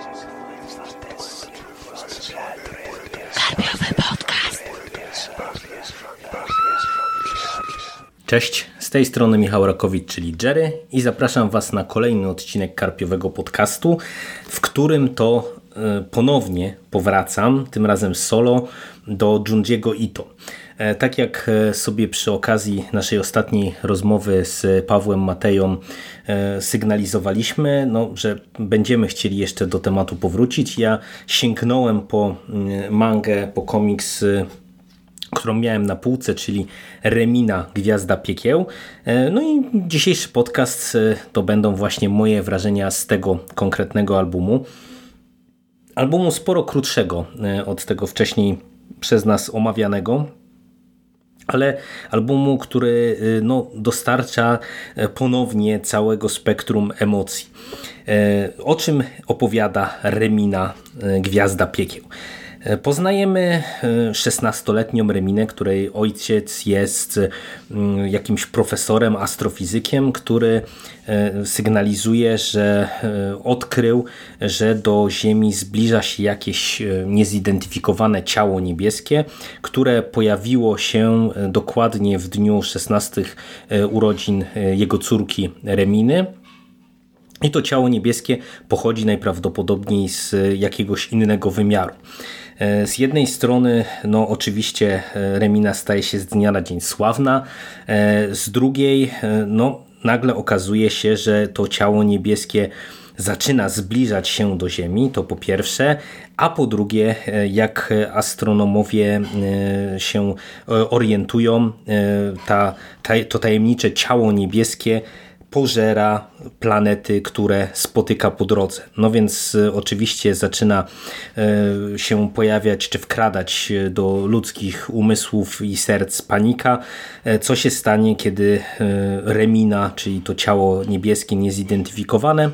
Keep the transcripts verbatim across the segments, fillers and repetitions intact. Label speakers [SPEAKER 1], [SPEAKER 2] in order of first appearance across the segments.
[SPEAKER 1] Cześć, z tej strony Michał Rakowicz, czyli Jerry, i zapraszam Was na kolejny odcinek Karpiowego Podcastu, w którym to ponownie powracam, tym razem solo, do Junjiego Ito. Tak jak sobie przy okazji naszej ostatniej rozmowy z Pawłem Mateją sygnalizowaliśmy, no, że będziemy chcieli jeszcze do tematu powrócić, ja sięgnąłem po mangę, po komiks, którą miałem na półce, czyli Remina, Gwiazda Piekieł. No i dzisiejszy podcast to będą właśnie moje wrażenia z tego konkretnego albumu. Albumu sporo krótszego od tego wcześniej przez nas omawianego, ale albumu, który no, dostarcza ponownie całego spektrum emocji. O czym opowiada Remina, Gwiazda Piekieł? Poznajemy szesnastoletnią Reminę, której ojciec jest jakimś profesorem, astrofizykiem, który sygnalizuje, że odkrył, że do Ziemi zbliża się jakieś niezidentyfikowane ciało niebieskie, które pojawiło się dokładnie w dniu szesnastych urodzin jego córki Reminy. I to ciało niebieskie pochodzi najprawdopodobniej z jakiegoś innego wymiaru. Z jednej strony, no oczywiście Remina staje się z dnia na dzień sławna, z drugiej, no nagle okazuje się, że to ciało niebieskie zaczyna zbliżać się do Ziemi, to po pierwsze, a po drugie, jak astronomowie się orientują, ta, ta, to tajemnicze ciało niebieskie pożera planety, które spotyka po drodze. No więc oczywiście zaczyna się pojawiać czy wkradać do ludzkich umysłów i serc panika. Co się stanie, kiedy Remina, czyli to ciało niebieskie niezidentyfikowane,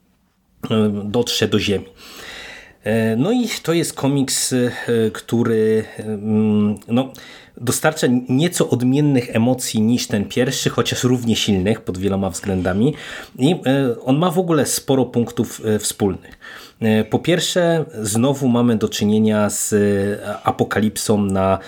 [SPEAKER 1] dotrze do Ziemi. No i to jest komiks, który no, dostarcza nieco odmiennych emocji niż ten pierwszy, chociaż równie silnych pod wieloma względami, i on ma w ogóle sporo punktów wspólnych. Po pierwsze, znowu mamy do czynienia z apokalipsą na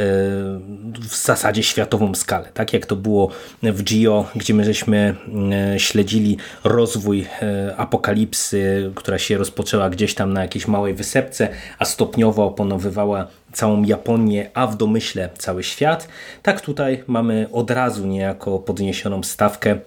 [SPEAKER 1] w zasadzie światową skalę. Tak jak to było w Gio, gdzie my żeśmy śledzili rozwój apokalipsy, która się rozpoczęła gdzieś tam na jakiejś małej wysepce, a stopniowo opanowywała całą Japonię, a w domyśle cały świat. Tak tutaj mamy od razu niejako podniesioną stawkę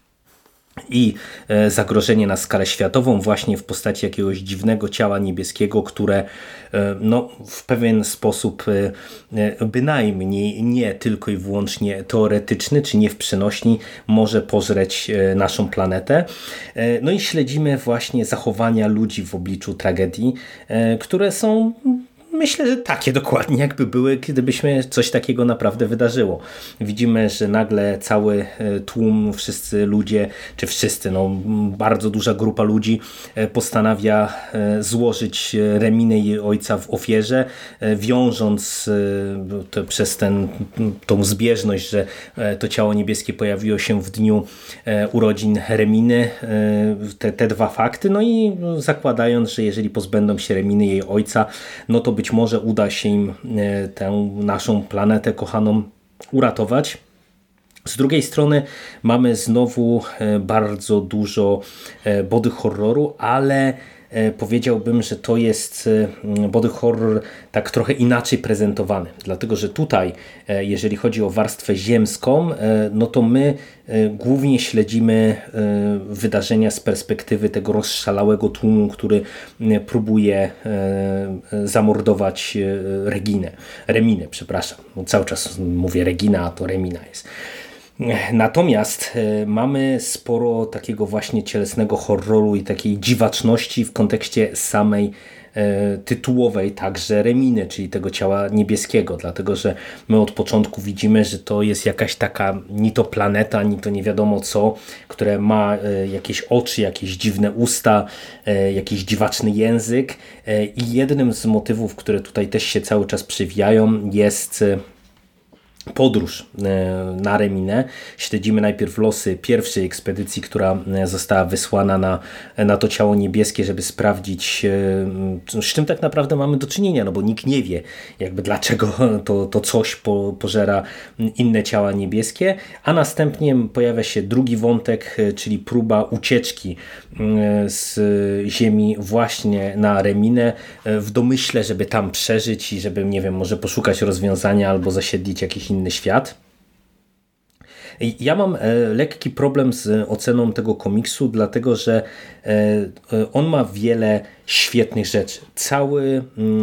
[SPEAKER 1] i zagrożenie na skalę światową właśnie w postaci jakiegoś dziwnego ciała niebieskiego, które no, w pewien sposób bynajmniej nie tylko i wyłącznie teoretyczny, czy nie w przenośni, może pożreć naszą planetę. No i śledzimy właśnie zachowania ludzi w obliczu tragedii, które są, myślę, że takie dokładnie jakby były, gdybyśmy coś takiego naprawdę wydarzyło. Widzimy, że nagle cały tłum, wszyscy ludzie, czy wszyscy, no bardzo duża grupa ludzi postanawia złożyć Reminę i jej ojca w ofierze, wiążąc to przez ten, tą zbieżność, że to ciało niebieskie pojawiło się w dniu urodzin Reminy, te, te dwa fakty, no i zakładając, że jeżeli pozbędą się Reminy i jej ojca, no to być Być może uda się im tę naszą planetę kochaną uratować. Z drugiej strony mamy znowu bardzo dużo body horroru, ale powiedziałbym, że to jest body horror tak trochę inaczej prezentowany, dlatego że tutaj, jeżeli chodzi o warstwę ziemską, no to my głównie śledzimy wydarzenia z perspektywy tego rozszalałego tłumu, który próbuje zamordować Reginę, Reminę, przepraszam, cały czas mówię Regina, a to Remina jest. Natomiast mamy sporo takiego właśnie cielesnego horroru i takiej dziwaczności w kontekście samej tytułowej także Reminy, czyli tego ciała niebieskiego, dlatego że my od początku widzimy, że to jest jakaś taka ni to planeta, ni to nie wiadomo co, które ma jakieś oczy, jakieś dziwne usta, jakiś dziwaczny język, i jednym z motywów, które tutaj też się cały czas przewijają, jest podróż na Reminę. Śledzimy najpierw losy pierwszej ekspedycji, która została wysłana na, na to ciało niebieskie, żeby sprawdzić, z czym tak naprawdę mamy do czynienia, no bo nikt nie wie, jakby dlaczego to, to coś po, pożera inne ciała niebieskie, a następnie pojawia się drugi wątek, czyli próba ucieczki z Ziemi właśnie na Reminę w domyśle, żeby tam przeżyć i żeby, nie wiem, może poszukać rozwiązania albo zasiedlić jakiś inny świat. Ja mam lekki problem z oceną tego komiksu, dlatego że on ma wiele świetnych rzeczy. Cały,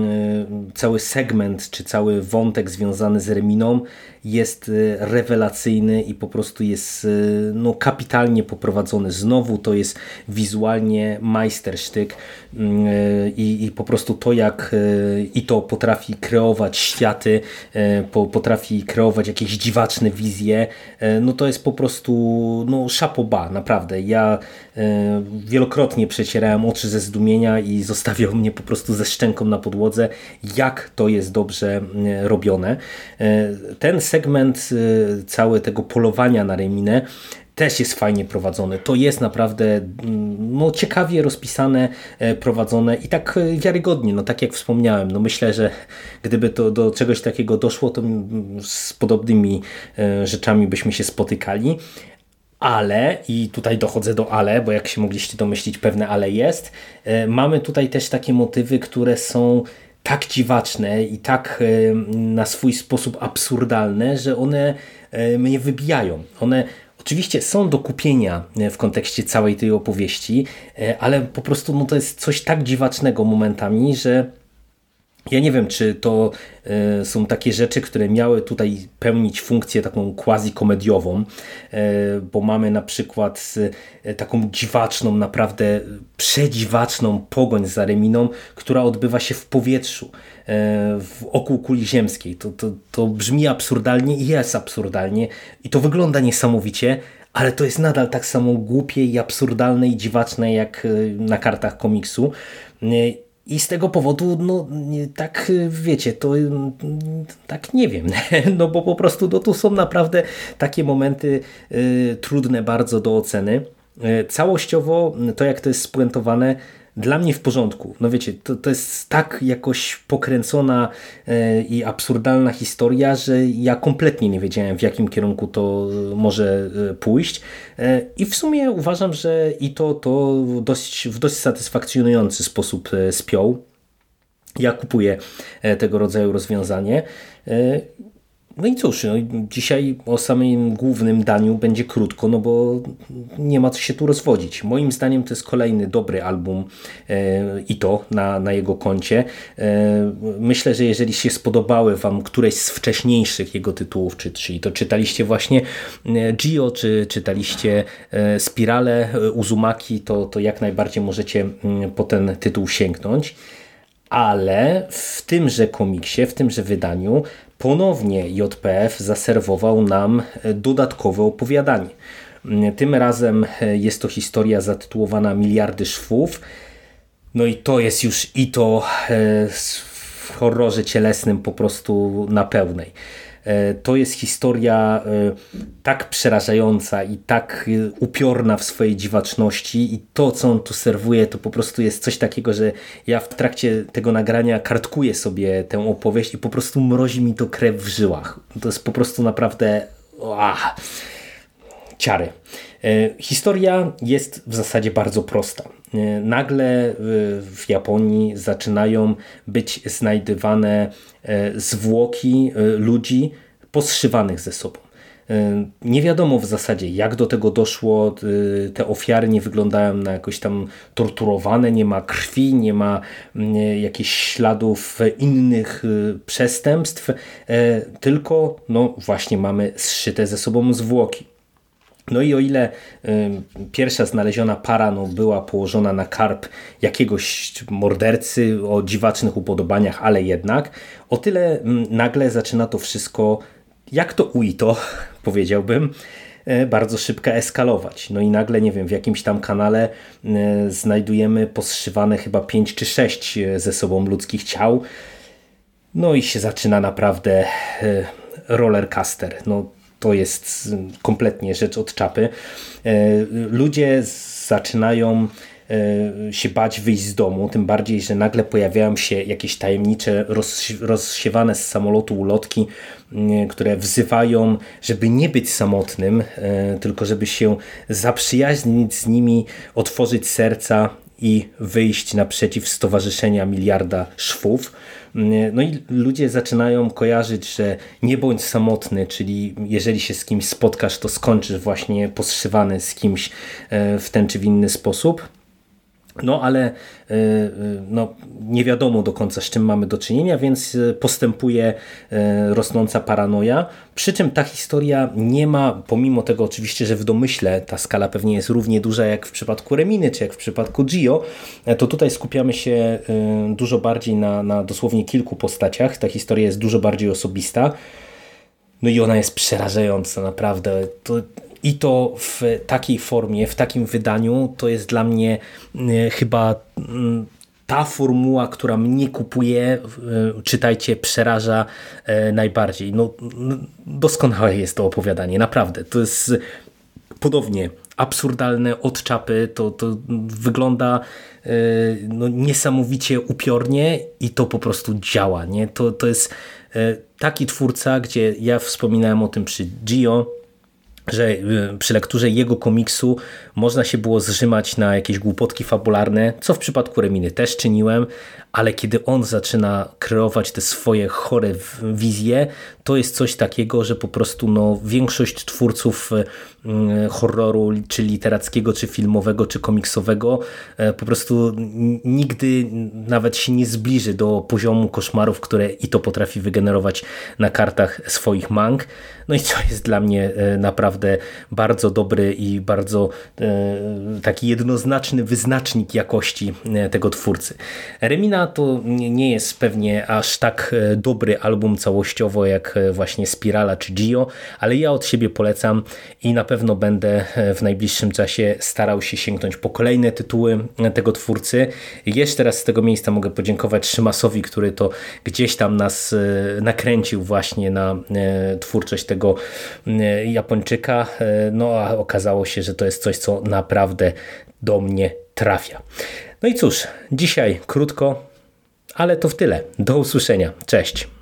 [SPEAKER 1] cały segment, czy cały wątek związany z Reminą jest rewelacyjny i po prostu jest no, kapitalnie poprowadzony. Znowu to jest wizualnie majstersztyk i, i po prostu to, jak i to potrafi kreować światy, potrafi kreować jakieś dziwaczne wizje, no to jest po prostu no, chapeau bas, naprawdę. Ja wielokrotnie przecierałem oczy ze zdumienia i zostawiał mnie po prostu ze szczęką na podłodze, jak to jest dobrze robione. Ten segment cały tego polowania na Reminę też jest fajnie prowadzony. To jest naprawdę no, ciekawie rozpisane, prowadzone i tak wiarygodnie, no tak jak wspomniałem. No myślę, że gdyby to do czegoś takiego doszło, to z podobnymi rzeczami byśmy się spotykali. Ale, i tutaj dochodzę do ale, bo jak się mogliście domyślić, pewne ale jest, mamy tutaj też takie motywy, które są tak dziwaczne i tak na swój sposób absurdalne, że one mnie wybijają. One oczywiście są do kupienia w kontekście całej tej opowieści, ale po prostu no, to jest coś tak dziwacznego momentami, że ja nie wiem, czy to y, są takie rzeczy, które miały tutaj pełnić funkcję taką quasi-komediową, y, bo mamy na przykład y, taką dziwaczną, naprawdę przedziwaczną pogoń za Reminą, która odbywa się w powietrzu, y, wokół kuli ziemskiej. To, to, to brzmi absurdalnie i jest absurdalnie i to wygląda niesamowicie, ale to jest nadal tak samo głupie i absurdalne i dziwaczne jak na kartach komiksu. Y, I z tego powodu, no tak wiecie, to tak nie wiem, no bo po prostu no, tu są naprawdę takie momenty y, trudne bardzo do oceny. Y, całościowo to jak to jest spuentowane, dla mnie w porządku. No wiecie, to, to jest tak jakoś pokręcona y, i absurdalna historia, że ja kompletnie nie wiedziałem, w jakim kierunku to może y, pójść. Y, I w sumie uważam, że i to, to dość, w dość satysfakcjonujący sposób y, spiął. Ja kupuję y, tego rodzaju rozwiązanie. Y, No i cóż, no dzisiaj o samym głównym daniu będzie krótko, no bo nie ma co się tu rozwodzić. Moim zdaniem to jest kolejny dobry album e, i to na, na jego koncie. E, myślę, że jeżeli się spodobały wam któreś z wcześniejszych jego tytułów, czy, czyli to czytaliście właśnie Gio, czy czytaliście e, Spirale Uzumaki, to, to jak najbardziej możecie m, po ten tytuł sięgnąć. Ale w tymże komiksie, w tymże wydaniu ponownie J P F zaserwował nam dodatkowe opowiadanie. Tym razem jest to historia zatytułowana Miliardy szwów. No i to jest już i to w horrorze cielesnym po prostu na pełnej. To jest historia tak przerażająca i tak upiorna w swojej dziwaczności i to, co on tu serwuje, to po prostu jest coś takiego, że ja w trakcie tego nagrania kartkuję sobie tę opowieść i po prostu mrozi mi to krew w żyłach. To jest po prostu naprawdę ah, ciary. Historia jest w zasadzie bardzo prosta. Nagle w Japonii zaczynają być znajdywane zwłoki ludzi poszywanych ze sobą. Nie wiadomo w zasadzie, jak do tego doszło. Te ofiary nie wyglądają na jakoś tam torturowane, nie ma krwi, nie ma jakichś śladów innych przestępstw, tylko no właśnie mamy zszyte ze sobą zwłoki. No i o ile y, pierwsza znaleziona para no, była położona na karp jakiegoś mordercy o dziwacznych upodobaniach, ale jednak, o tyle y, nagle zaczyna to wszystko, jak to ujito, powiedziałbym, y, bardzo szybko eskalować. No i nagle, nie wiem, w jakimś tam kanale y, znajdujemy poszywane chyba pięć czy sześć ze sobą ludzkich ciał. No i się zaczyna naprawdę y, Rollercaster. No, to jest kompletnie rzecz od czapy. Ludzie zaczynają się bać wyjść z domu, tym bardziej, że nagle pojawiają się jakieś tajemnicze, rozsiewane z samolotu ulotki, które wzywają, żeby nie być samotnym, tylko żeby się zaprzyjaźnić z nimi, otworzyć serca i wyjść naprzeciw stowarzyszenia miliarda szwów. No i ludzie zaczynają kojarzyć, że nie bądź samotny, czyli jeżeli się z kimś spotkasz, to skończysz właśnie poszywany z kimś w ten czy w inny sposób. No ale no, nie wiadomo do końca, z czym mamy do czynienia, więc postępuje rosnąca paranoja. Przy czym ta historia nie ma, pomimo tego oczywiście, że w domyśle ta skala pewnie jest równie duża jak w przypadku Reminy, czy jak w przypadku Gio, to tutaj skupiamy się dużo bardziej na, na dosłownie kilku postaciach. Ta historia jest dużo bardziej osobista. No i ona jest przerażająca, naprawdę. To I to w takiej formie, w takim wydaniu, to jest dla mnie chyba ta formuła, która mnie kupuje, czytajcie, przeraża najbardziej. No, doskonałe jest to opowiadanie, naprawdę. To jest podobnie absurdalne od czapy, to, to wygląda no, niesamowicie upiornie i to po prostu działa. Nie? To, to jest taki twórca, gdzie ja wspominałem o tym przy Gio, że przy lekturze jego komiksu można się było zrzymać na jakieś głupotki fabularne, co w przypadku Reminy też czyniłem, ale kiedy on zaczyna kreować te swoje chore wizje, to jest coś takiego, że po prostu no, większość twórców horroru, czy literackiego, czy filmowego, czy komiksowego po prostu nigdy nawet się nie zbliży do poziomu koszmarów, które i to potrafi wygenerować na kartach swoich mang. No i to jest dla mnie naprawdę bardzo dobry i bardzo taki jednoznaczny wyznacznik jakości tego twórcy. Remina to nie jest pewnie aż tak dobry album całościowo jak właśnie Spirala czy Gio, ale ja od siebie polecam i na pewno będę w najbliższym czasie starał się sięgnąć po kolejne tytuły tego twórcy. Jeszcze raz z tego miejsca mogę podziękować Szymasowi, który to gdzieś tam nas nakręcił właśnie na twórczość tego Japończyka, no a okazało się, że to jest coś, co naprawdę do mnie trafia. No i cóż, dzisiaj krótko, ale to w tyle. Do usłyszenia. Cześć.